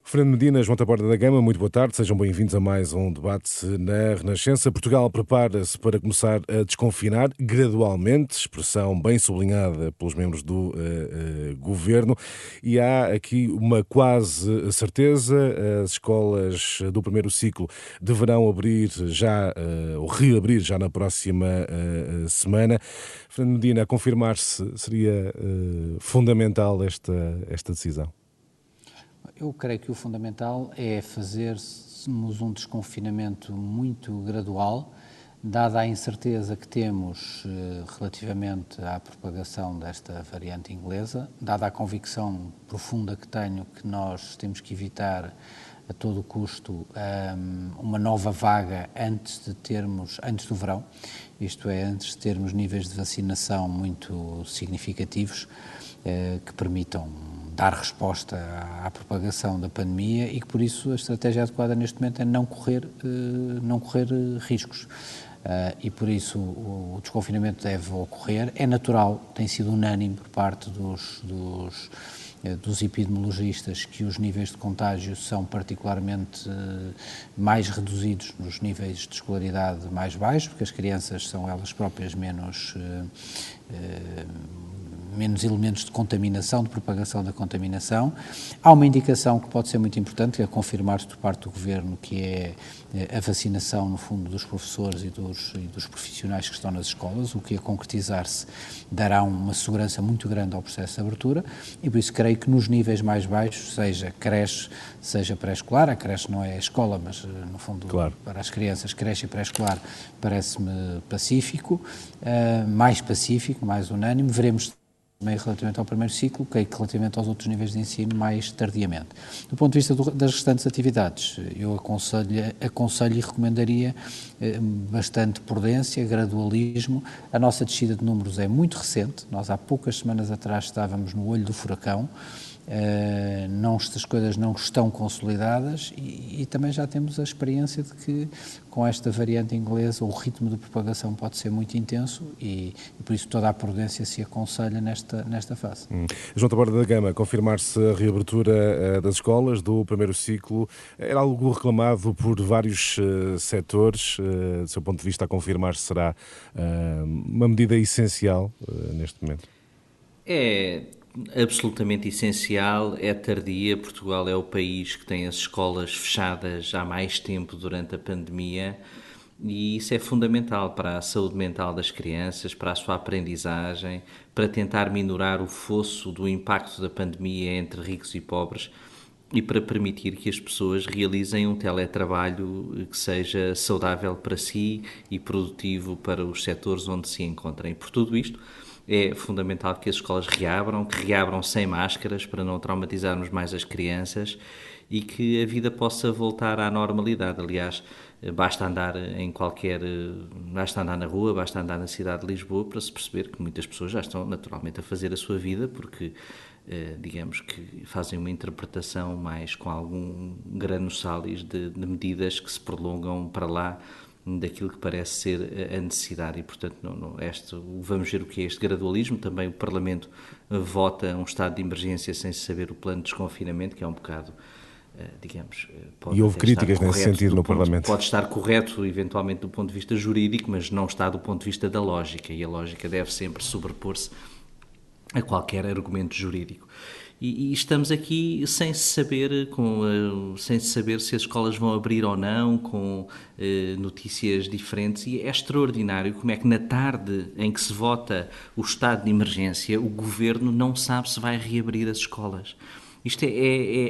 Fernando Medina, João Taborda da Gama, muito boa tarde, sejam bem-vindos a mais um debate na Renascença. Portugal prepara-se para começar a desconfinar gradualmente, expressão bem sublinhada pelos membros do Governo, e há aqui uma quase certeza: as escolas do primeiro ciclo deverão abrir já, ou reabrir já na próxima semana. Fernando Medina, a confirmar-se, seria fundamental esta decisão? Eu creio que o fundamental é fazermos um desconfinamento muito gradual, dada a incerteza que temos relativamente à propagação desta variante inglesa, dada a convicção profunda que tenho que nós temos que evitar a todo custo uma nova vaga antes do verão, isto é, antes de termos níveis de vacinação muito significativos que permitam dar resposta à propagação da pandemia e que, por isso, a estratégia adequada neste momento é não correr riscos. E, por isso, o desconfinamento deve ocorrer. É natural, tem sido unânime por parte dos epidemiologistas que os níveis de contágio são particularmente mais reduzidos nos níveis de escolaridade mais baixos, porque as crianças são elas próprias menos elementos de contaminação, de propagação da contaminação. Há uma indicação que pode ser muito importante, que é confirmar-se por parte do Governo, que é a vacinação, no fundo, dos professores e dos profissionais que estão nas escolas, o que a concretizar-se dará uma segurança muito grande ao processo de abertura, e por isso creio que nos níveis mais baixos, seja creche, seja pré-escolar, a creche não é a escola, mas no fundo, claro, para as crianças, creche e pré-escolar, parece-me pacífico, mais unânime. Veremos também relativamente ao primeiro ciclo, que relativamente aos outros níveis de ensino mais tardiamente. Do ponto de vista das restantes atividades, eu aconselho e recomendaria bastante prudência, gradualismo. A nossa descida de números é muito recente, nós há poucas semanas atrás estávamos no olho do furacão, estas coisas não estão consolidadas e também já temos a experiência de que com esta variante inglesa o ritmo de propagação pode ser muito intenso e por isso toda a prudência se aconselha nesta fase. João Taborda da Gama, confirmar-se a reabertura das escolas do primeiro ciclo era algo reclamado por vários setores. Do seu ponto de vista, a confirmar-se será uma medida essencial neste momento? É absolutamente essencial, é tardia. Portugal é o país que tem as escolas fechadas há mais tempo durante a pandemia e isso é fundamental para a saúde mental das crianças, para a sua aprendizagem, para tentar minorar o fosso do impacto da pandemia entre ricos e pobres e para permitir que as pessoas realizem um teletrabalho que seja saudável para si e produtivo para os setores onde se encontrem. Por tudo isto, é fundamental que as escolas que reabram sem máscaras para não traumatizarmos mais as crianças e que a vida possa voltar à normalidade. Aliás, basta andar na rua, basta andar na cidade de Lisboa para se perceber que muitas pessoas já estão naturalmente a fazer a sua vida porque, digamos que fazem uma interpretação mais com algum grano salis de medidas que se prolongam para lá daquilo que parece ser a necessidade e, portanto, vamos ver o que é este gradualismo. Também o Parlamento vota um estado de emergência sem saber o plano de desconfinamento, que é um bocado, digamos... E houve críticas nesse sentido no Parlamento. Pode estar correto, eventualmente, do ponto de vista jurídico, mas não está do ponto de vista da lógica, e a lógica deve sempre sobrepor-se a qualquer argumento jurídico. E estamos aqui sem saber se as escolas vão abrir ou não, com notícias diferentes, e é extraordinário como é que na tarde em que se vota o estado de emergência, o Governo não sabe se vai reabrir as escolas. Isto é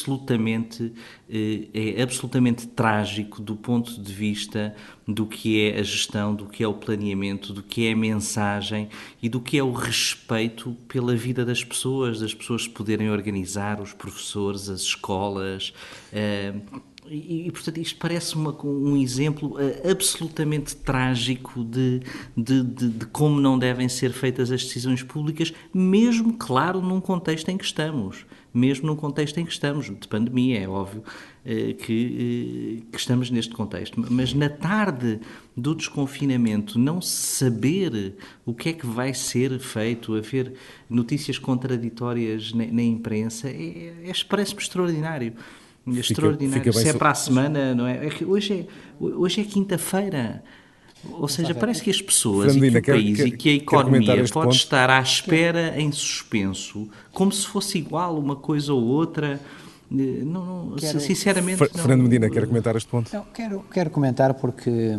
absolutamente trágico do ponto de vista do que é a gestão, do que é o planeamento, do que é a mensagem e do que é o respeito pela vida das pessoas se poderem organizar, os professores, as escolas. Portanto, isto parece um exemplo absolutamente trágico de como não devem ser feitas as decisões públicas, mesmo, claro, num contexto em que estamos. Mesmo num contexto em que estamos, de pandemia, é óbvio que estamos neste contexto. Mas na tarde do desconfinamento, não saber o que é que vai ser feito, haver notícias contraditórias na imprensa, parece-me extraordinário. Extraordinário. Se é para a semana, não é? É que hoje é quinta-feira. Ou seja, parece que as pessoas Fernandina, e que o país e que a economia pode ponto? estar à espera em suspenso, como se fosse igual uma coisa ou outra. Não, sinceramente, não. Fernando Medina, quer comentar este ponto? Não, quero comentar porque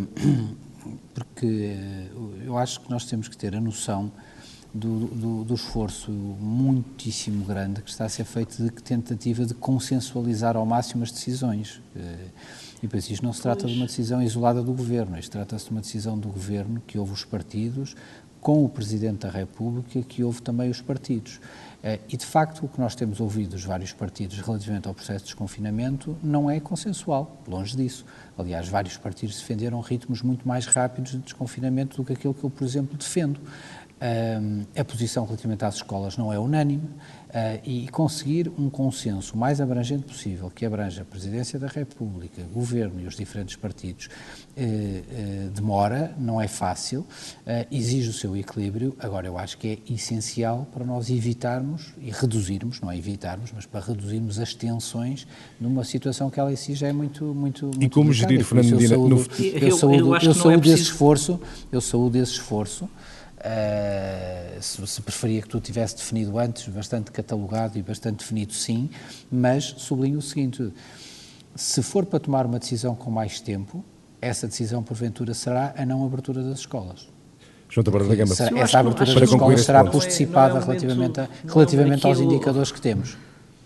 eu acho que nós temos que ter a noção do esforço muitíssimo grande que está a ser feito de tentativa de consensualizar ao máximo as decisões. E por isso isto não se trata de uma decisão isolada do Governo, isto trata-se de uma decisão do Governo que houve os partidos, com o Presidente da República, que houve também os partidos. E, de facto, o que nós temos ouvido dos vários partidos relativamente ao processo de desconfinamento não é consensual, longe disso. Aliás, vários partidos defenderam ritmos muito mais rápidos de desconfinamento do que aquilo que eu, por exemplo, defendo. A posição relativamente às escolas não é unânime e conseguir um consenso o mais abrangente possível, que abranja a Presidência da República, Governo e os diferentes partidos, demora, não é fácil, exige o seu equilíbrio. Agora, eu acho que é essencial para nós evitarmos e reduzirmos, não é evitarmos, mas para reduzirmos as tensões numa situação que ela em si já é muito E como gerir, Fernando Medina? Eu saúdo esse esforço, se preferia que tudo tivesse definido antes, bastante catalogado e bastante definido, sim, mas sublinho o seguinte: se for para tomar uma decisão com mais tempo, essa decisão porventura será a não abertura das escolas. João Taborda da Gama, essa abertura das escolas será postecipada relativamente aos indicadores que temos.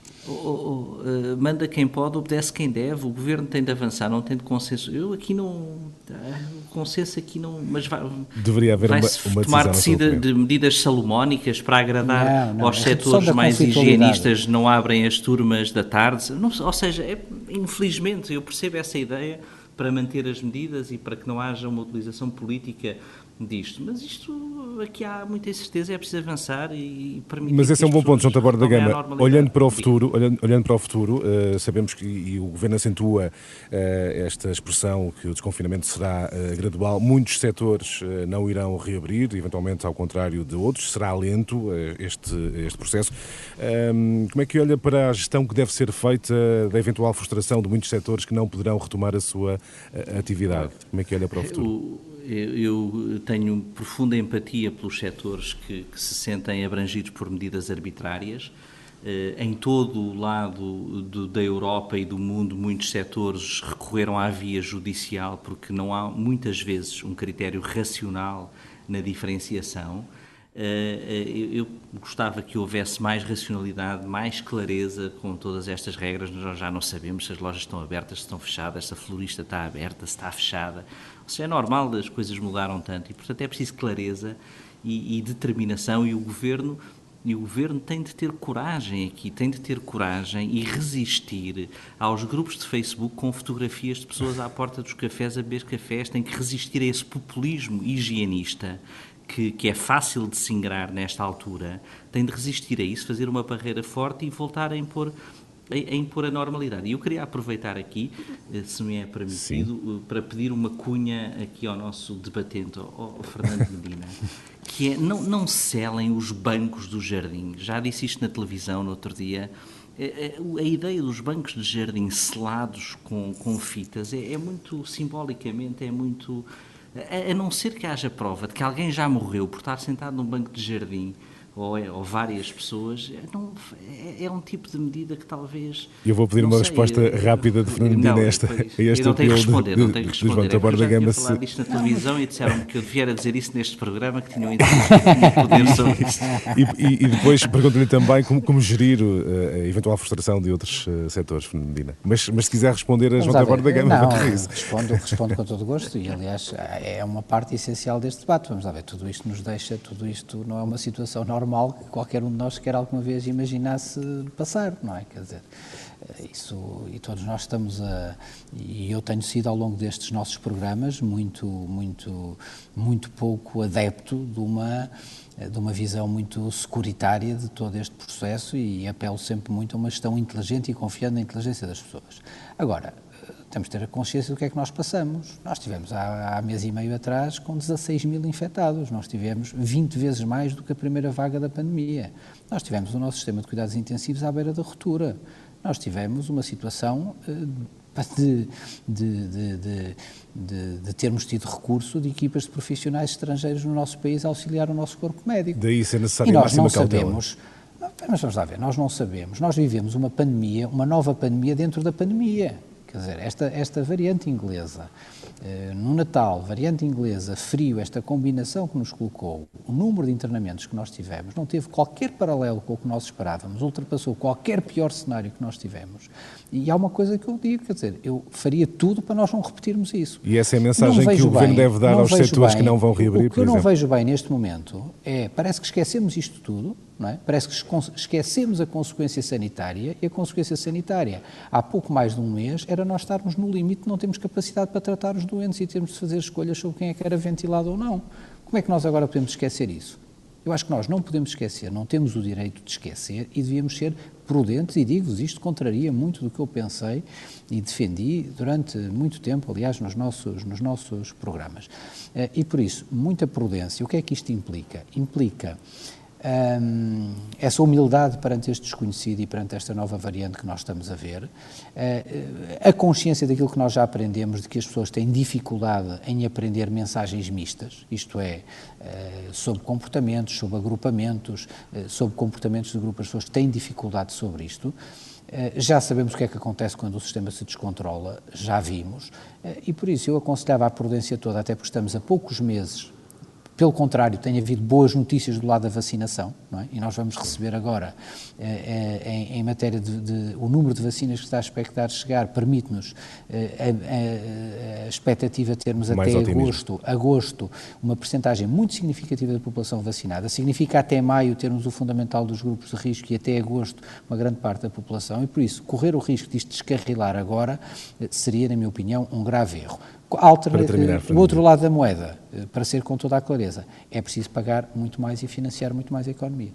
Manda quem pode, obedece quem deve. O Governo tem de avançar, não tem de consenso. Eu aqui não... O consenso aqui não... Mas deveria haver uma tomar de medidas salomónicas para agradar aos setores mais higienistas, não abrem as turmas da tarde. Não, ou seja, infelizmente, eu percebo essa ideia para manter as medidas e para que não haja uma utilização política disto, mas isto aqui há muita incerteza, é preciso avançar e permitir. Mas esse é um bom ponto, João Taborda da Gama. Olhando para o futuro, sabemos que e o Governo acentua esta expressão que o desconfinamento será gradual. Muitos setores não irão reabrir, eventualmente ao contrário de outros, será lento este processo. Como é que olha para a gestão que deve ser feita da eventual frustração de muitos setores que não poderão retomar a sua atividade? Como é que olha para o futuro? Eu tenho profunda empatia pelos setores que se sentem abrangidos por medidas arbitrárias. Em todo o lado da Europa e do mundo, muitos setores recorreram à via judicial porque não há, muitas vezes, um critério racional na diferenciação. Eu gostava que houvesse mais racionalidade, mais clareza com todas estas regras. Nós já não sabemos se as lojas estão abertas, se estão fechadas, se a florista está aberta, se está fechada. Ou seja, é normal, as coisas mudaram tanto e, portanto, é preciso clareza e determinação e o Governo tem de ter coragem aqui, tem de ter coragem e resistir aos grupos de Facebook com fotografias de pessoas à porta dos cafés a beber cafés, tem que resistir a esse populismo higienista que é fácil de se ingrar nesta altura, tem de resistir a isso, fazer uma barreira forte e voltar a impor a normalidade. E eu queria aproveitar aqui, se me é permitido, para pedir uma cunha aqui ao nosso debatente, ao Fernando Medina, que é, não selem os bancos do jardim. Já disse isto na televisão no outro dia. A ideia dos bancos de jardim selados com fitas é muito, simbolicamente, é muito... A não ser que haja prova de que alguém já morreu por estar sentado num banco de jardim, ou várias pessoas, é um tipo de medida que talvez... Eu vou pedir uma resposta rápida de Fernando Medina a este apelo de João Taborda da Gama. Eu já tinha falado disto na televisão e disseram-me que eu devia dizer isso neste programa, que tinham poder sobre isso. E depois pergunto-lhe também como gerir a eventual frustração de outros setores, Fernando Medina. Mas se quiser responder a João Taborda da Gama, respondo com todo o gosto e, aliás, é uma parte essencial deste debate. Vamos lá ver, tudo isto não é uma situação normal que qualquer um de nós quer alguma vez imaginasse passar, não é? Quer dizer, isso, e todos nós estamos e eu tenho sido ao longo destes nossos programas muito pouco adepto de uma visão muito securitária de todo este processo e apelo sempre muito a uma gestão inteligente e confiando na inteligência das pessoas. Agora, temos de ter a consciência do que é que nós passamos. Nós tivemos há mês e meio atrás com 16 mil infectados. Nós tivemos 20 vezes mais do que a primeira vaga da pandemia. Nós tivemos o nosso sistema de cuidados intensivos à beira da ruptura. nós tivemos uma situação de termos tido recurso de equipas de profissionais estrangeiros no nosso país a auxiliar o nosso corpo médico. Daí ser necessário e nós não cautela. Sabemos, mas vamos lá ver, nós não sabemos, nós vivemos uma pandemia, uma nova pandemia dentro da pandemia. Quer dizer, esta variante inglesa, no Natal, variante inglesa, frio, esta combinação que nos colocou, o número de internamentos que nós tivemos, não teve qualquer paralelo com o que nós esperávamos, ultrapassou qualquer pior cenário que nós tivemos. E há uma coisa que eu digo, quer dizer, eu faria tudo para nós não repetirmos isso. E essa é a mensagem que o Governo deve dar aos setores que não vão reabrir, o que eu não vejo bem neste momento parece que esquecemos isto tudo, não é? Parece que esquecemos a consequência sanitária, e a consequência sanitária, há pouco mais de um mês, era nós estarmos no limite, não temos capacidade para tratar os doentes e termos de fazer escolhas sobre quem é que era ventilado ou não. Como é que nós agora podemos esquecer isso? Eu acho que nós não podemos esquecer, não temos o direito de esquecer e devíamos ser prudentes, e digo-vos, isto contraria muito do que eu pensei e defendi durante muito tempo, aliás, nos nossos programas. E por isso, muita prudência. O que é que isto implica? Implica essa humildade perante este desconhecido e perante esta nova variante que nós estamos a ver, a consciência daquilo que nós já aprendemos, de que as pessoas têm dificuldade em aprender mensagens mistas, isto é, sobre comportamentos, sobre agrupamentos, sobre comportamentos de grupo, as pessoas têm dificuldade sobre isto. Já sabemos o que é que acontece quando o sistema se descontrola, já vimos, e por isso eu aconselhava a prudência toda, até porque estamos a poucos meses. Pelo contrário, tem havido boas notícias do lado da vacinação, não é? E nós vamos receber agora, em matéria o número de vacinas que está a expectar chegar, permite-nos a expectativa de termos até agosto, uma percentagem muito significativa da população vacinada. Significa até maio termos o fundamental dos grupos de risco e até agosto uma grande parte da população, e por isso correr o risco de isto descarrilar agora seria, na minha opinião, um grave erro. O outro lado da moeda, para ser com toda a clareza, é preciso pagar muito mais e financiar muito mais a economia.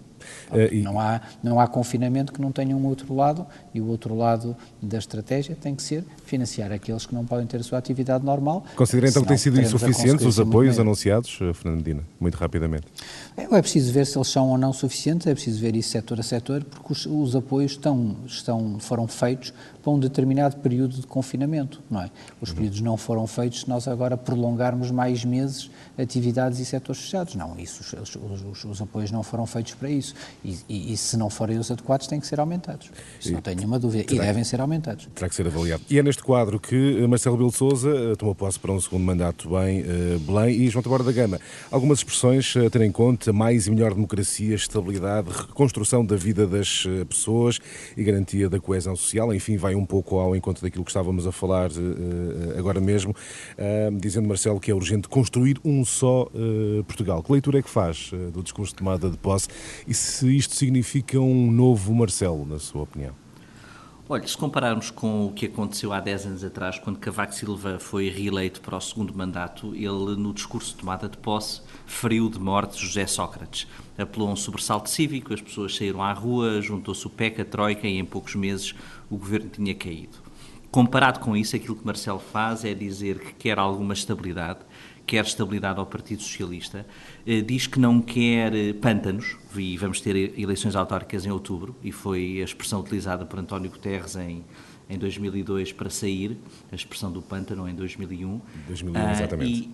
Não há confinamento que não tenha um outro lado, e o outro lado da estratégia tem que ser financiar aqueles que não podem ter a sua atividade normal. Considera então que têm sido insuficientes os apoios anunciados, Fernando Medina, muito rapidamente? É preciso ver se eles são ou não suficientes, é preciso ver isso setor a setor, porque os apoios foram feitos para um determinado período de confinamento, não é? Os períodos não foram feitos se nós agora prolongarmos mais meses atividades e setores fechados. Não, os apoios não foram feitos para isso. E se não forem os adequados, têm que ser aumentados. Isso não tenho nenhuma dúvida. E devem ser aumentados. Terá que ser avaliado. E é neste quadro que Marcelo Rebelo de Sousa tomou posse para um segundo mandato Belém e João Taborda da Gama. Algumas expressões a ter em conta: mais e melhor democracia, estabilidade, reconstrução da vida das pessoas e garantia da coesão social. Enfim, vai um pouco ao encontro daquilo que estávamos a falar agora mesmo, dizendo Marcelo que é urgente construir um só Portugal. Que leitura é que faz do discurso de tomada de posse e se isto significa um novo Marcelo, na sua opinião? Olha, se compararmos com o que aconteceu há 10 anos atrás, quando Cavaco Silva foi reeleito para o segundo mandato, ele, no discurso de tomada de posse, feriu de morte José Sócrates. Apelou a um sobressalto cívico, as pessoas saíram à rua, juntou-se o PEC, a Troika, e em poucos meses o governo tinha caído. Comparado com isso, aquilo que Marcelo faz é dizer que quer alguma estabilidade, quer estabilidade ao Partido Socialista, diz que não quer pântanos, e vamos ter eleições autárquicas em outubro, e foi a expressão utilizada por António Guterres em 2002 para sair, a expressão do pântano em 2001. 2001, exatamente.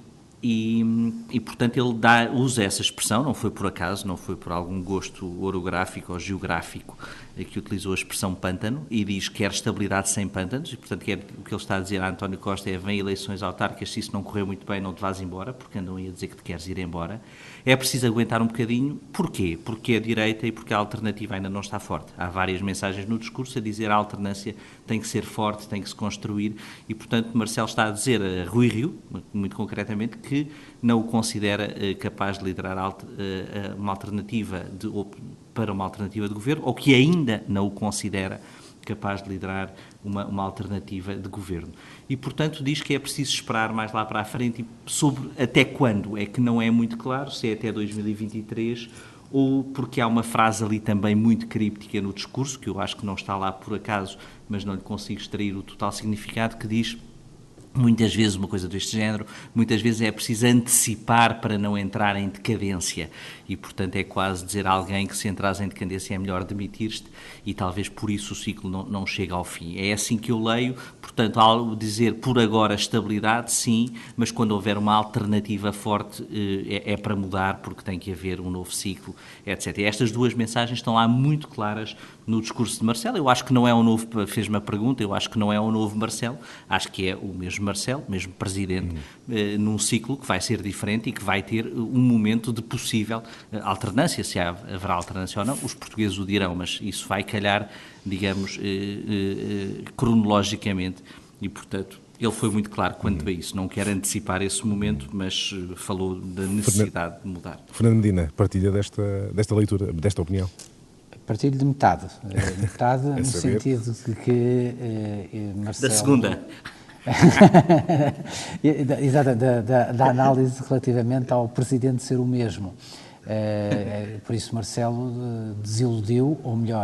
E portanto, ele usa essa expressão, não foi por acaso, não foi por algum gosto orográfico ou geográfico que utilizou a expressão pântano, e diz que quer estabilidade sem pântanos, e portanto o que ele está a dizer a António Costa é: vem eleições autárquicas, se isso não correu muito bem não te vás embora, porque andam aí a dizer que te queres ir embora. É preciso aguentar um bocadinho. Porquê? Porque a direita e porque a alternativa ainda não está forte. Há várias mensagens no discurso a dizer que a alternância tem que ser forte, tem que se construir, e portanto Marcelo está a dizer a Rui Rio, muito concretamente, que não o considera capaz de liderar uma alternativa para uma alternativa de governo, ou que ainda não o considera capaz de liderar uma alternativa de governo. E, portanto, diz que é preciso esperar mais lá para a frente, e sobre até quando é que não é muito claro, se é até 2023, ou porque há uma frase ali também muito críptica no discurso, que eu acho que não está lá por acaso, mas não lhe consigo extrair o total significado, que diz Muitas vezes uma coisa deste género, muitas vezes é preciso antecipar para não entrar em decadência e, portanto, é quase dizer a alguém que se entras em decadência é melhor demitir-te e talvez por isso o ciclo não chega ao fim. É assim que eu leio, portanto, ao dizer por agora estabilidade, sim, mas quando houver uma alternativa forte é para mudar porque tem que haver um novo ciclo, etc. E estas duas mensagens estão lá muito claras no discurso de Marcelo. Eu acho que não é um novo, fez-me a pergunta, eu acho que não é um novo Marcelo, acho que é o mesmo Marcelo, mesmo presidente, num ciclo que vai ser diferente e que vai ter um momento de possível alternância, se haverá alternância ou não, os portugueses o dirão, mas isso vai calhar, digamos, cronologicamente e, portanto, ele foi muito claro quanto a isso. Não quer antecipar esse momento, mas falou da necessidade de mudar. Fernando Medina, partilha desta leitura, desta opinião? Partilho de metade. Metade no sentido de que Marcelo... Da segunda. Exato, da análise relativamente ao Presidente ser o mesmo. Por isso Marcelo desiludiu, ou melhor,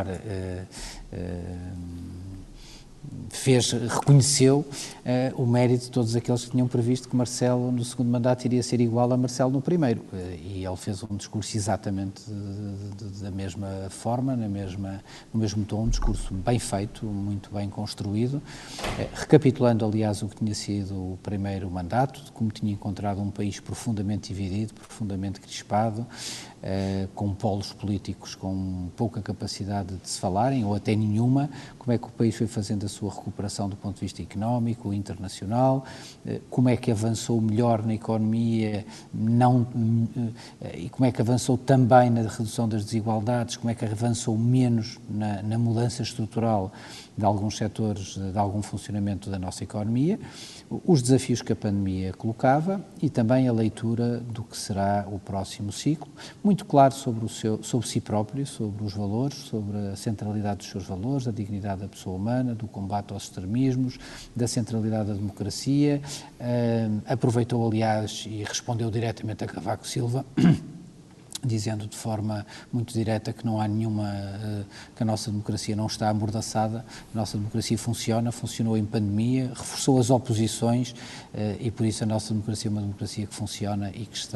reconheceu o mérito de todos aqueles que tinham previsto que Marcelo no segundo mandato iria ser igual a Marcelo no primeiro, e ele fez um discurso exatamente da mesma forma, no mesmo tom, um discurso bem feito, muito bem construído, recapitulando aliás o que tinha sido o primeiro mandato, de como tinha encontrado um país profundamente dividido, profundamente crispado, com polos políticos com pouca capacidade de se falarem, ou até nenhuma, como é que o país foi fazendo a sua recuperação do ponto de vista económico, internacional, como é que avançou melhor na economia, e como é que avançou também na redução das desigualdades, como é que avançou menos na mudança estrutural de alguns setores, de algum funcionamento da nossa economia, os desafios que a pandemia colocava e também a leitura do que será o próximo ciclo, muito claro sobre si próprio, sobre os valores, sobre a centralidade dos seus valores, da dignidade da pessoa humana, do combate aos extremismos, da centralidade da democracia. Aproveitou, aliás, e respondeu diretamente a Cavaco Silva, dizendo de forma muito direta que não há que a nossa democracia não está amordaçada, a nossa democracia funcionou em pandemia, reforçou as oposições e por isso a nossa democracia é uma democracia que funciona e que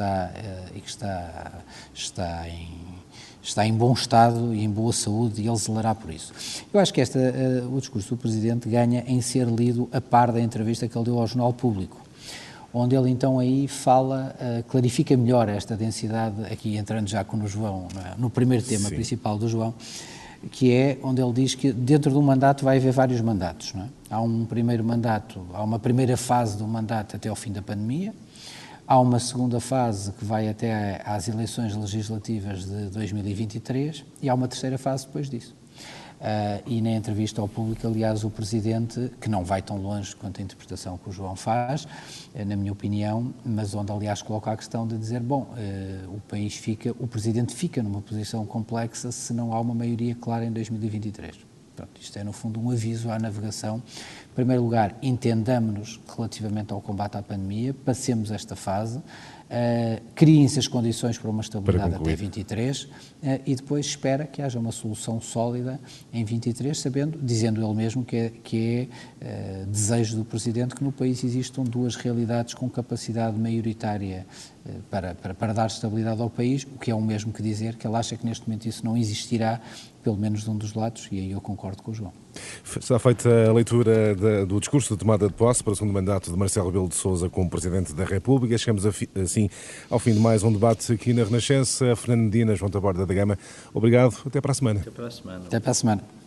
está em bom estado e em boa saúde, e ele zelará por isso. Eu acho que o discurso do Presidente ganha em ser lido a par da entrevista que ele deu ao Jornal Público, onde ele então aí clarifica melhor esta densidade, aqui entrando já com o João, no primeiro tema principal do João, que é onde ele diz que dentro de um mandato vai haver vários mandatos, não é? Há um primeiro mandato, há uma primeira fase do mandato até ao fim da pandemia, há uma segunda fase que vai até às eleições legislativas de 2023 e há uma terceira fase depois disso. E na entrevista ao público, aliás, o Presidente, que não vai tão longe quanto a interpretação que o João faz, na minha opinião, mas onde, aliás, coloca a questão de dizer, o Presidente fica numa posição complexa se não há uma maioria clara em 2023. Pronto, isto é, no fundo, um aviso à navegação. Em primeiro lugar, entendamos-nos relativamente ao combate à pandemia, passemos esta fase, criem-se as condições para uma estabilidade até 23 e depois espera que haja uma solução sólida em 23, dizendo ele mesmo que é desejo do Presidente que no país existam duas realidades com capacidade maioritária para dar estabilidade ao país, o que é o mesmo que dizer que ele acha que neste momento isso não existirá, pelo menos de um dos lados, e aí eu concordo com o João. Está feita a leitura do discurso de tomada de posse para o segundo mandato de Marcelo Rebelo de Sousa como Presidente da República. Chegamos assim ao fim de mais um debate aqui na Renascença. Fernando Medina, João Taborda da Gama, obrigado. Até para a semana. Até para a semana. Até para a semana.